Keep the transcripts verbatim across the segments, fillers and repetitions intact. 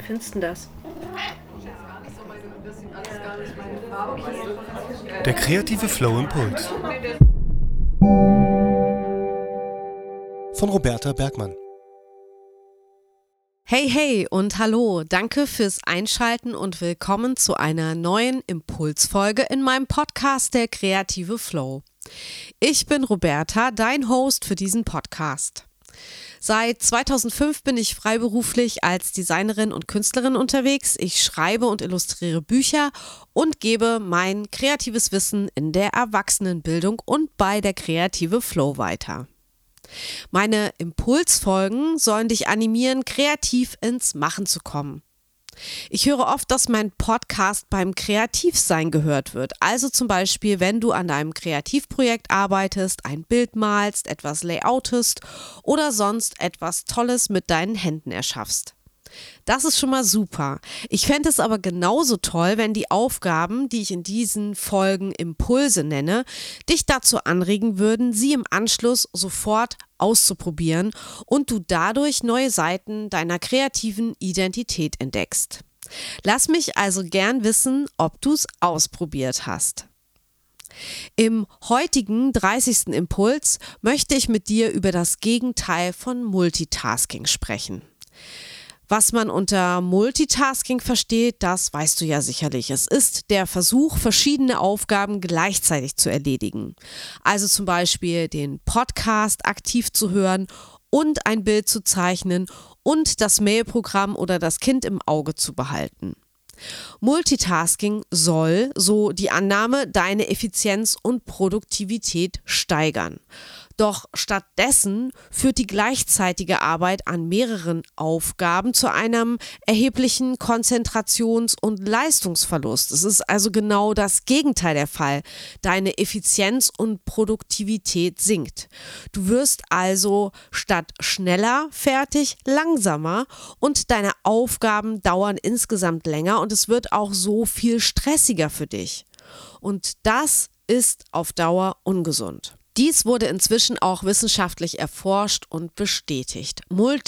findest du das? Der kreative Flow Impuls von Roberta Bergmann. Hey, hey und hallo, danke fürs Einschalten und willkommen zu einer neuen Impulsfolge in meinem Podcast Der kreative Flow. Ich bin Roberta, dein Host für diesen Podcast. Seit zweitausendfünf bin ich freiberuflich als Designerin und Künstlerin unterwegs. Ich schreibe und illustriere Bücher und gebe mein kreatives Wissen in der Erwachsenenbildung und bei der kreative Flow weiter. Meine Impulsfolgen sollen dich animieren, kreativ ins Machen zu kommen. Ich höre oft, dass mein Podcast beim Kreativsein gehört wird. Also zum Beispiel, wenn du an deinem Kreativprojekt arbeitest, ein Bild malst, etwas layoutest oder sonst etwas Tolles mit deinen Händen erschaffst. Das ist schon mal super. Ich fände es aber genauso toll, wenn die Aufgaben, die ich in diesen Folgen Impulse nenne, dich dazu anregen würden, sie im Anschluss sofort auszuprobieren und du dadurch neue Seiten deiner kreativen Identität entdeckst. Lass mich also gern wissen, ob du es ausprobiert hast. Im heutigen dreißigsten Impuls möchte ich mit dir über das Gegenteil von Multitasking sprechen. Was man unter Multitasking versteht, das weißt du ja sicherlich. Es ist der Versuch, verschiedene Aufgaben gleichzeitig zu erledigen. Also zum Beispiel den Podcast aktiv zu hören und ein Bild zu zeichnen und das Mailprogramm oder das Kind im Auge zu behalten. Multitasking soll, so die Annahme, deine Effizienz und Produktivität steigern. Doch stattdessen führt die gleichzeitige Arbeit an mehreren Aufgaben zu einem erheblichen Konzentrations- und Leistungsverlust. Es ist also genau das Gegenteil der Fall. Deine Effizienz und Produktivität sinkt. Du wirst also statt schneller fertig, langsamer und deine Aufgaben dauern insgesamt länger und es wird auch so viel stressiger für dich. Und das ist auf Dauer ungesund. Dies wurde inzwischen auch wissenschaftlich erforscht und bestätigt.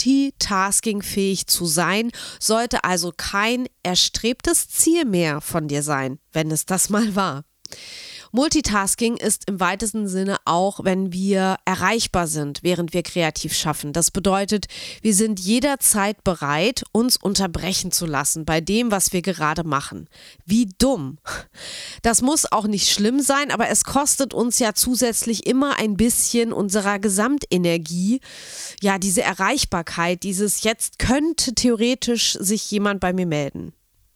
Multitaskingfähig zu sein, sollte also kein erstrebtes Ziel mehr von dir sein, wenn es das mal war. Multitasking ist im weitesten Sinne auch, wenn wir erreichbar sind, während wir kreativ schaffen. Das bedeutet, wir sind jederzeit bereit, uns unterbrechen zu lassen bei dem, was wir gerade machen. Wie dumm. Das muss auch nicht schlimm sein, aber es kostet uns ja zusätzlich immer ein bisschen unserer Gesamtenergie. Ja, diese Erreichbarkeit, dieses jetzt könnte theoretisch sich jemand bei mir melden.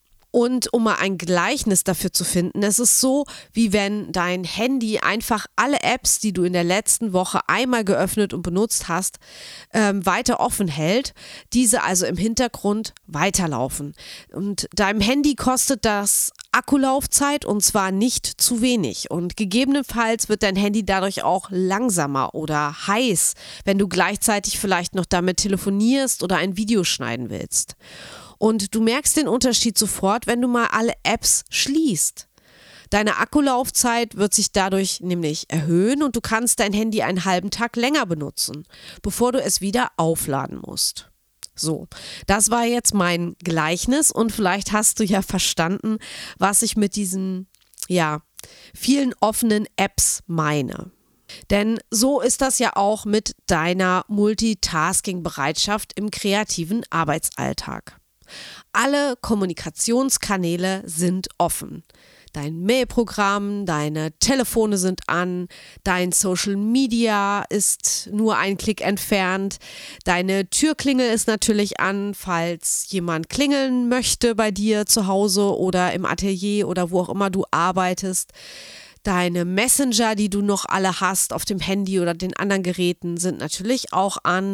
Und um mal ein Gleichnis dafür zu finden, es ist so, wie wenn dein Handy einfach alle Apps, die du in der letzten Woche einmal geöffnet und benutzt hast, ähm, weiter offen hält, diese also im Hintergrund weiterlaufen. Und deinem Handy kostet das Akkulaufzeit und zwar nicht zu wenig. Und gegebenenfalls wird dein Handy dadurch auch langsamer oder heiß, wenn du gleichzeitig vielleicht noch damit telefonierst oder ein Video schneiden willst. Und du merkst den Unterschied sofort, wenn du mal alle Apps schließt. Deine Akkulaufzeit wird sich dadurch nämlich erhöhen und du kannst dein Handy einen halben Tag länger benutzen, bevor du es wieder aufladen musst. So, das war jetzt mein Gleichnis und vielleicht hast du ja verstanden, was ich mit diesen, ja, vielen offenen Apps meine. Denn so ist das ja auch mit deiner Multitasking-Bereitschaft im kreativen Arbeitsalltag. Alle Kommunikationskanäle sind offen. Dein Mailprogramm, deine Telefone sind an, dein Social Media ist nur ein Klick entfernt, deine Türklingel ist natürlich an, falls jemand klingeln möchte bei dir zu Hause oder im Atelier oder wo auch immer du arbeitest. Deine Messenger, die du noch alle hast auf dem Handy oder den anderen Geräten, sind natürlich auch an.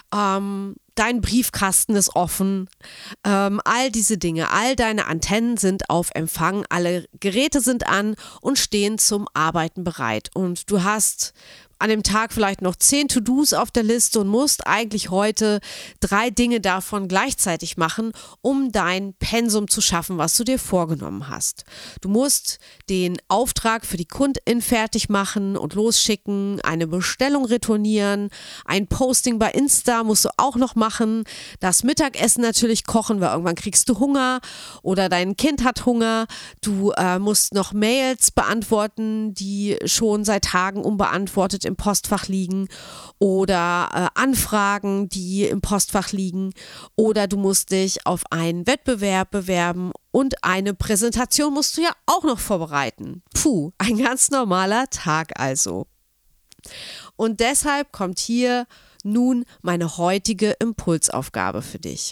Ähm, dein Briefkasten ist offen. Ähm, all diese Dinge, all deine Antennen sind auf Empfang. Alle Geräte sind an und stehen zum Arbeiten bereit. Und du hast an dem Tag vielleicht noch zehn To-Dos auf der Liste und musst eigentlich heute drei Dinge davon gleichzeitig machen, um dein Pensum zu schaffen, was du dir vorgenommen hast. Du musst den Auftrag für die Kundin fertig machen und losschicken, eine Bestellung retournieren, ein Posting bei Insta musst du auch noch machen, das Mittagessen natürlich kochen, weil irgendwann kriegst du Hunger oder dein Kind hat Hunger, du äh, musst noch Mails beantworten, die schon seit Tagen unbeantwortet im Postfach liegen oder äh, Anfragen, die im Postfach liegen oder du musst dich auf einen Wettbewerb bewerben und eine Präsentation musst du ja auch noch vorbereiten. Puh, ein ganz normaler Tag also. Und deshalb kommt hier nun meine heutige Impulsaufgabe für dich.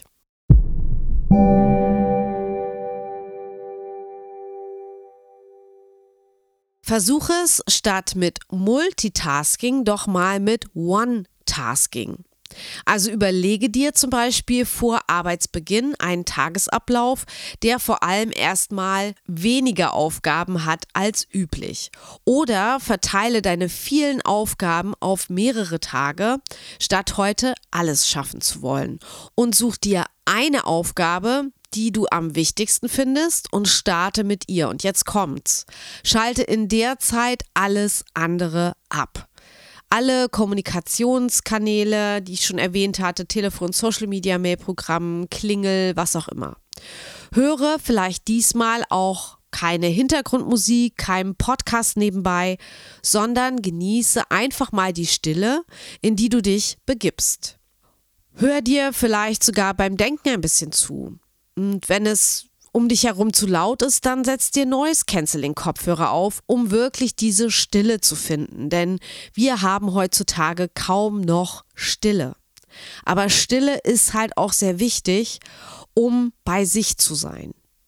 Versuche es statt mit Multitasking doch mal mit One-Tasking. Also überlege dir zum Beispiel vor Arbeitsbeginn einen Tagesablauf, der vor allem erstmal weniger Aufgaben hat als üblich. Oder verteile deine vielen Aufgaben auf mehrere Tage, statt heute alles schaffen zu wollen. Und such dir eine Aufgabe, die du am wichtigsten findest und starte mit ihr. Und jetzt kommt's. Schalte in der Zeit alles andere ab. Alle Kommunikationskanäle, die ich schon erwähnt hatte, Telefon, Social Media, Mailprogramm, Klingel, was auch immer. Höre vielleicht diesmal auch keine Hintergrundmusik, keinen Podcast nebenbei, sondern genieße einfach mal die Stille, in die du dich begibst. Hör dir vielleicht sogar beim Denken ein bisschen zu. Und wenn es um dich herum zu laut ist, dann setz dir Noise-Canceling-Kopfhörer auf, um wirklich diese Stille zu finden. Denn wir haben heutzutage kaum noch Stille. Aber Stille ist halt auch sehr wichtig, um bei sich zu sein.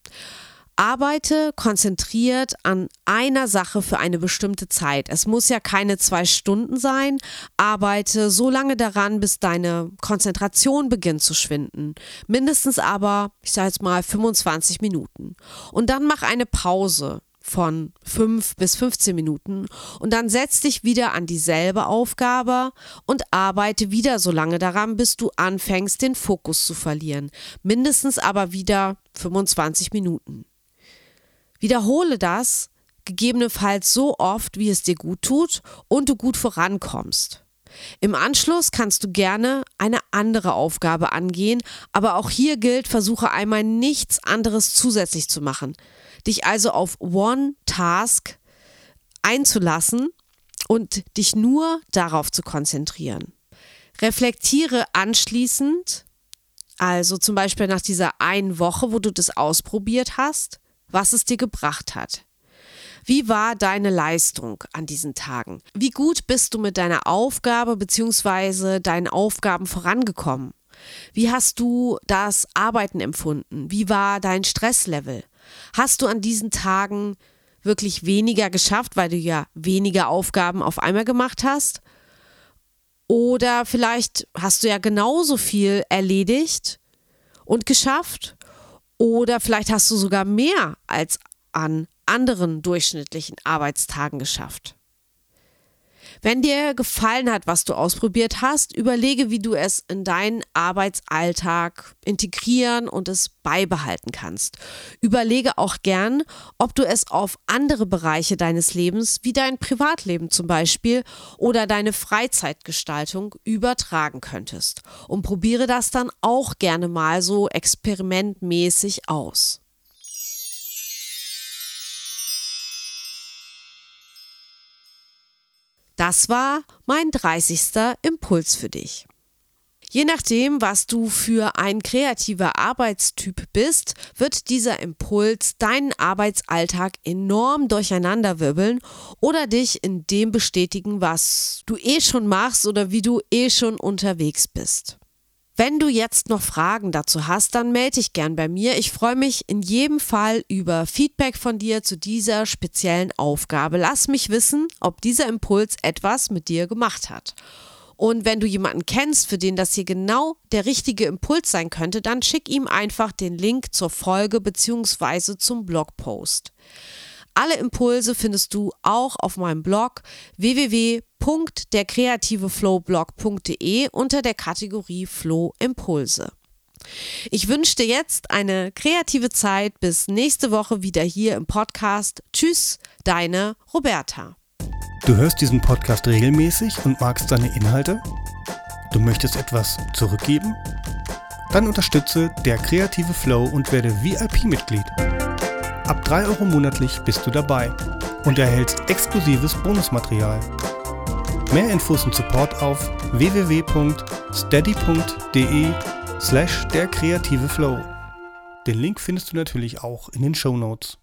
Arbeite konzentriert an einer Sache für eine bestimmte Zeit. Es muss ja keine zwei Stunden sein. Arbeite so lange daran, bis deine Konzentration beginnt zu schwinden. Mindestens aber, ich sage jetzt mal, fünfundzwanzig Minuten. Und dann mach eine Pause von fünf bis fünfzehn Minuten und dann setz dich wieder an dieselbe Aufgabe und arbeite wieder so lange daran, bis du anfängst, den Fokus zu verlieren. Mindestens aber wieder fünfundzwanzig Minuten. Wiederhole das gegebenenfalls so oft, wie es dir gut tut und du gut vorankommst. Im Anschluss kannst du gerne eine andere Aufgabe angehen, aber auch hier gilt, versuche einmal nichts anderes zusätzlich zu machen. Dich also auf One Task einzulassen und dich nur darauf zu konzentrieren. Reflektiere anschließend, also zum Beispiel nach dieser einen Woche, wo du das ausprobiert hast, was es dir gebracht hat. Wie war deine Leistung an diesen Tagen? Wie gut bist du mit deiner Aufgabe bzw. deinen Aufgaben vorangekommen? Wie hast du das Arbeiten empfunden? Wie war dein Stresslevel? Hast du an diesen Tagen wirklich weniger geschafft, weil du ja weniger Aufgaben auf einmal gemacht hast? Oder vielleicht hast du ja genauso viel erledigt und geschafft? Oder vielleicht hast du sogar mehr als an anderen durchschnittlichen Arbeitstagen geschafft. Wenn dir gefallen hat, was du ausprobiert hast, überlege, wie du es in deinen Arbeitsalltag integrieren und es beibehalten kannst. Überlege auch gern, ob du es auf andere Bereiche deines Lebens, wie dein Privatleben zum Beispiel oder deine Freizeitgestaltung, übertragen könntest. Und probiere das dann auch gerne mal so experimentmäßig aus. Das war mein dreißigster Impuls für dich. Je nachdem, was du für ein kreativer Arbeitstyp bist, wird dieser Impuls deinen Arbeitsalltag enorm durcheinanderwirbeln oder dich in dem bestätigen, was du eh schon machst oder wie du eh schon unterwegs bist. Wenn du jetzt noch Fragen dazu hast, dann melde dich gern bei mir. Ich freue mich in jedem Fall über Feedback von dir zu dieser speziellen Aufgabe. Lass mich wissen, ob dieser Impuls etwas mit dir gemacht hat. Und wenn du jemanden kennst, für den das hier genau der richtige Impuls sein könnte, dann schick ihm einfach den Link zur Folge bzw. zum Blogpost. Alle Impulse findest du auch auf meinem Blog w w w punkt der kreative flow blog punkt de unter der Kategorie Flow Impulse. Ich wünsche dir jetzt eine kreative Zeit. Bis nächste Woche wieder hier im Podcast. Tschüss, deine Roberta. Du hörst diesen Podcast regelmäßig und magst seine Inhalte? Du möchtest etwas zurückgeben? Dann unterstütze der kreative Flow und werde V I P-Mitglied. Ab drei Euro monatlich bist du dabei und erhältst exklusives Bonusmaterial. Mehr Infos und Support auf w w w punkt steady punkt de slash der kreative Flow. Den Link findest du natürlich auch in den Shownotes.